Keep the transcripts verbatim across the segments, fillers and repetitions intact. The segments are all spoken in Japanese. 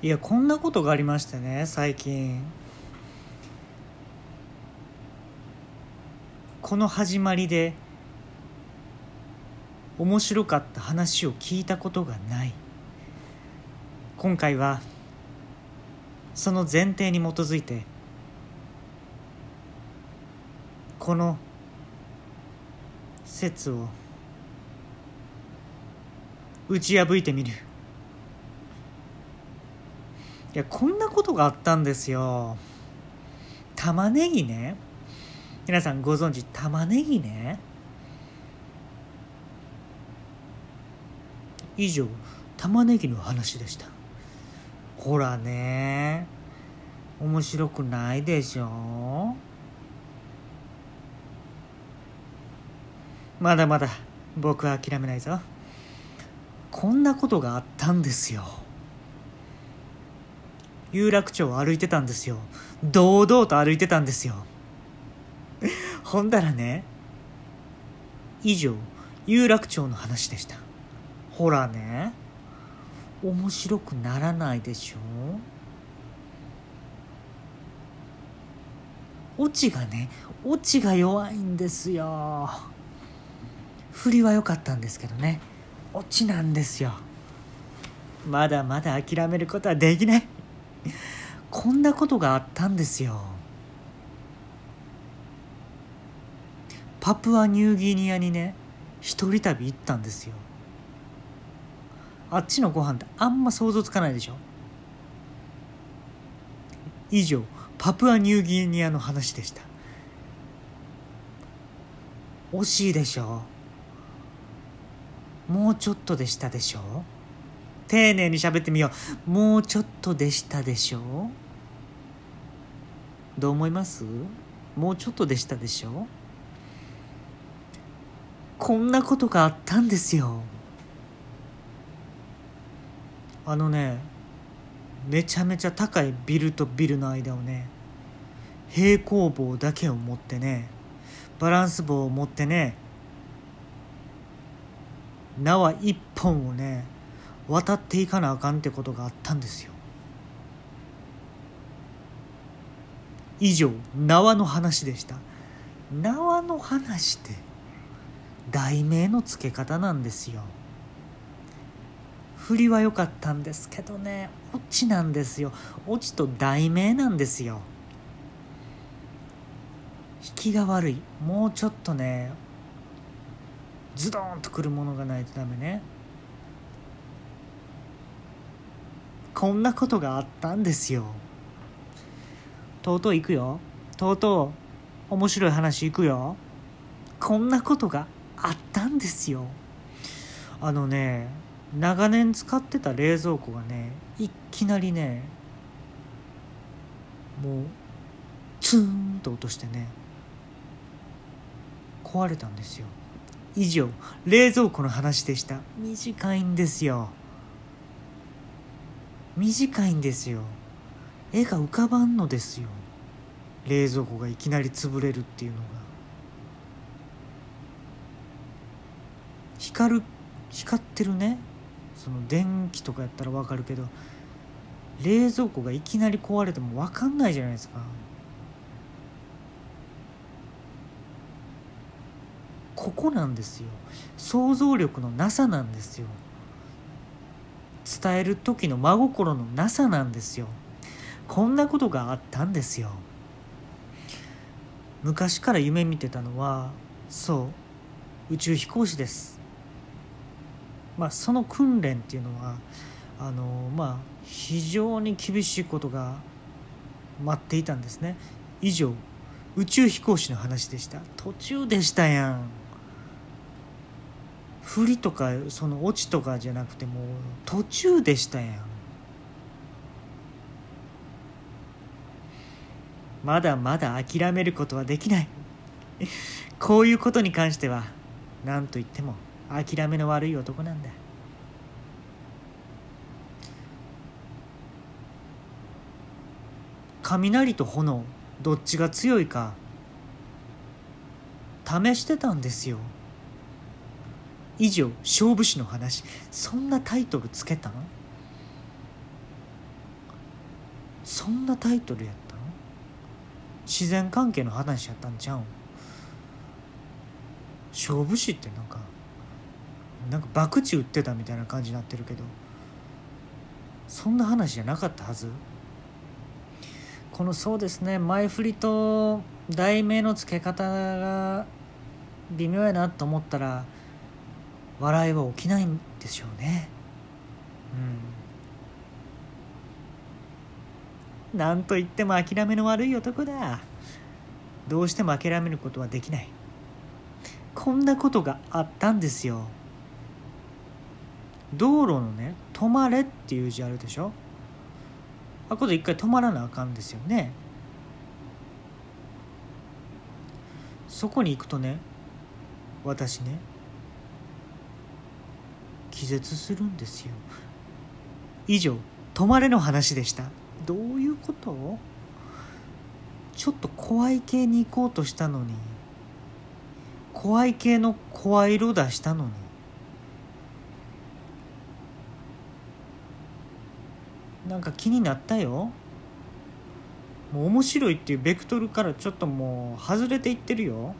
いやこんなことがありましてね、最近この始まりで面白かった話を聞いたことがない。今回はその前提に基づいてこの説を打ち破いてみる。いやこんなことがあったんですよ。玉ねぎね、皆さんご存知玉ねぎね。以上玉ねぎの話でした。ほらね、面白くないでしょ。まだまだ僕は諦めないぞ。こんなことがあったんですよ。有楽町を歩いてたんですよ。堂々と歩いてたんですよ。ほんだらね、以上有楽町の話でした。ほらね、面白くならないでしょ。オチがね、オチが弱いんですよ。振りは良かったんですけどね、オチなんですよ。まだまだ諦めることはできない。こんなことがあったんですよ。パプアニューギニアにね、一人旅行ったんですよ。あっちのご飯ってあんま想像つかないでしょ。以上パプアニューギニアの話でした。惜しいでしょ。もうちょっとでしたでしょ。丁寧に喋ってみよう。もうちょっとでしたでしょ。どう思います？もうちょっとでしたでしょ。こんなことがあったんですよ。あのね、めちゃめちゃ高いビルとビルの間をね、平行棒だけを持ってね、バランス棒を持ってね、縄一本をね渡っていかなあかんってことがあったんですよ。以上縄の話でした。縄の話って題名の付け方なんですよ。振りは良かったんですけどね、オチなんですよ。オチと題名なんですよ。引きが悪い。もうちょっとね、ズドーンとくるものがないとダメね。こんなことがあったんですよ。とうとう行くよ。とうとう面白い話行くよ。こんなことがあったんですよ。あのね、長年使ってた冷蔵庫がね、いきなりね、もうツーンと落としてね、壊れたんですよ。以上冷蔵庫の話でした。短いんですよ。短いんですよ。絵が浮かばんのですよ。冷蔵庫がいきなり潰れるっていうのが。光る光ってるね、その電気とかやったら分かるけど、冷蔵庫がいきなり壊れても分かんないじゃないですか。ここなんですよ。想像力のなさなんですよ。伝える時の真心のなさなんですよ。こんなことがあったんですよ。昔から夢見てたのは、そう宇宙飛行士です。まあその訓練っていうのはあのまあ非常に厳しいことが待っていたんですね。以上宇宙飛行士の話でした。途中でしたやん。振りとかそのオチとかじゃなくて、もう途中でしたやん。まだまだ諦めることはできない。こういうことに関しては何と言っても諦めの悪い男なんだ。雷と炎どっちが強いか試してたんですよ。以上勝負師の話。そんなタイトルつけたん？ そんなタイトルやったの？自然関係の話やったんちゃうん？勝負師ってなんかなんか博打売ってたみたいな感じになってるけど、そんな話じゃなかったはず。このそうですね、前振りと題名の付け方が微妙やなと思ったら笑いは起きないんでしょうね。うん。なんといっても諦めの悪い男だ。どうしても諦めることはできない。こんなことがあったんですよ。道路のね、止まれっていう字あるでしょ。あこで一回止まらなあかんですよね。そこに行くとね、私ね気絶するんですよ。以上、止まれの話でした。どういうこと？ちょっと怖い系に行こうとしたのに、怖い系の声色出したのに、なんか気になったよ。もう面白いっていうベクトルからちょっともう外れていってるよ。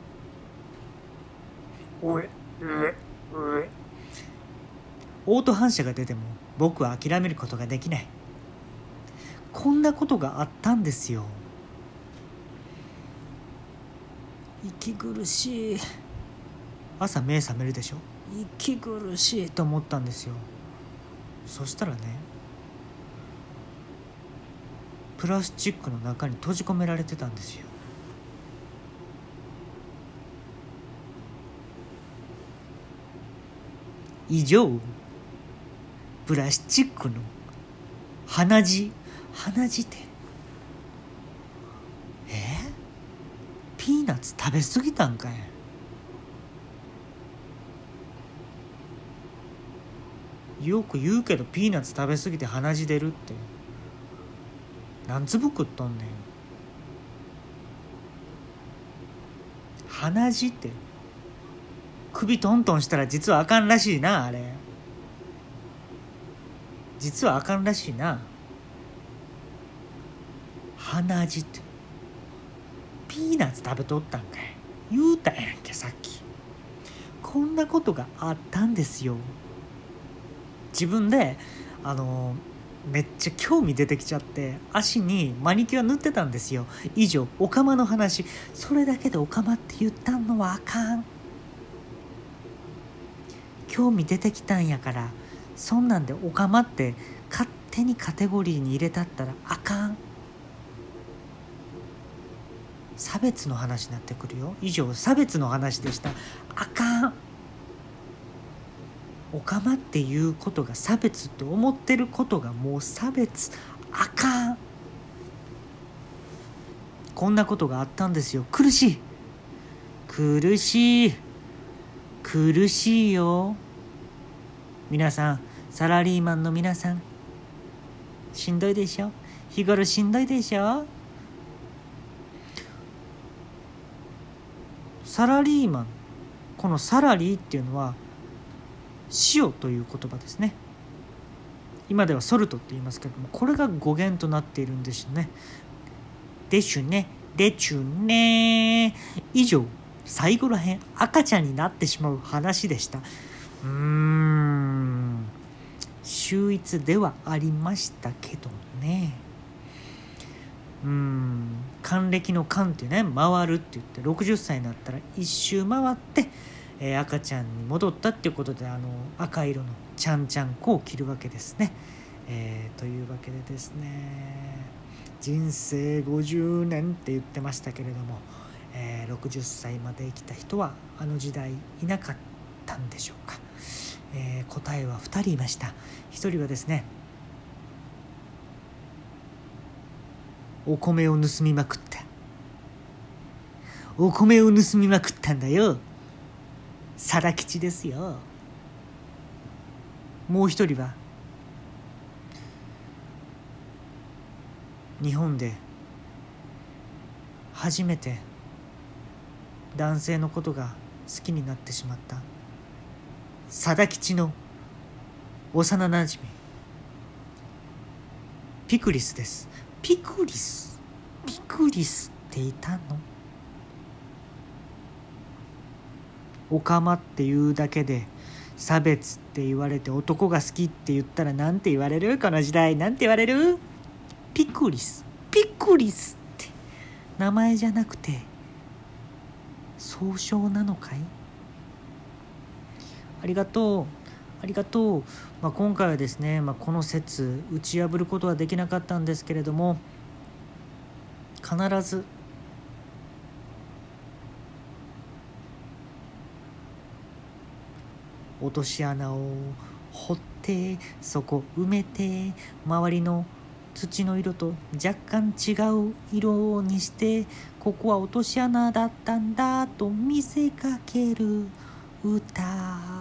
おい、うえ、うえ。オート反射が出ても僕は諦めることができない。こんなことがあったんですよ。息苦しい。朝目覚めるでしょ。息苦しいと思ったんですよ。そしたらね、プラスチックの中に閉じ込められてたんですよ。以上、プラスチックの鼻血鼻血ってえピーナッツ食べ過ぎたんかい。よく言うけどピーナッツ食べ過ぎて鼻血出るって何粒食っとんねん。鼻血って首トントンしたら実はあかんらしいな。あれ実はあかんらしいな。鼻血ってピーナッツ食べとったんかい。言うたやんけさっき。こんなことがあったんですよ。自分であのめっちゃ興味出てきちゃって足にマニキュア塗ってたんですよ。以上、オカマの話。それだけでオカマって言ったのはあかん。興味出てきたんやから、そんなんでオカマって勝手にカテゴリーに入れたったらあかん。差別の話になってくるよ。以上、差別の話でした。あかん。オカマっていうことが差別って思ってることがもう差別。あかん。こんなことがあったんですよ。苦しい苦しい苦しいよ。皆さん、サラリーマンの皆さん、しんどいでしょ。日頃しんどいでしょ。サラリーマン、このサラリーっていうのは塩という言葉ですね。今ではソルトって言いますけども、これが語源となっているんですよね。でしゅね、でちゅね。以上、最後らへん赤ちゃんになってしまう話でした。うーん秀逸ではありましたけどね。うーん還暦の還っていうね、回るって言ってろくじゅっさいになったら一周回って、えー、赤ちゃんに戻ったっていうことで、あの赤色のちゃんちゃんこを着るわけですね。えー、というわけでですね、人生ごじゅうねんって言ってましたけれども、えー、ろくじゅっさいまで生きた人はあの時代いなかったんでしょうか。えー、答えはふたりいました。ひとりはですね、お米を盗みまくった。お米を盗みまくったんだよ。貞吉ですよ。もう一人は、日本で初めて男性のことが好きになってしまった貞吉の幼なじみピクリスです。ピクリスピクリスっていたの？オカマっていうだけで差別って言われて、男が好きって言ったらなんて言われる？この時代なんて言われる？ピクリスピクリスって名前じゃなくて総称なのかい？ありがとうありがとう、まあ、今回はですね、まあ、この説打ち破ることはできなかったんですけれども、必ず落とし穴を掘ってそこ埋めて、周りの土の色と若干違う色にして、ここは落とし穴だったんだと見せかける歌。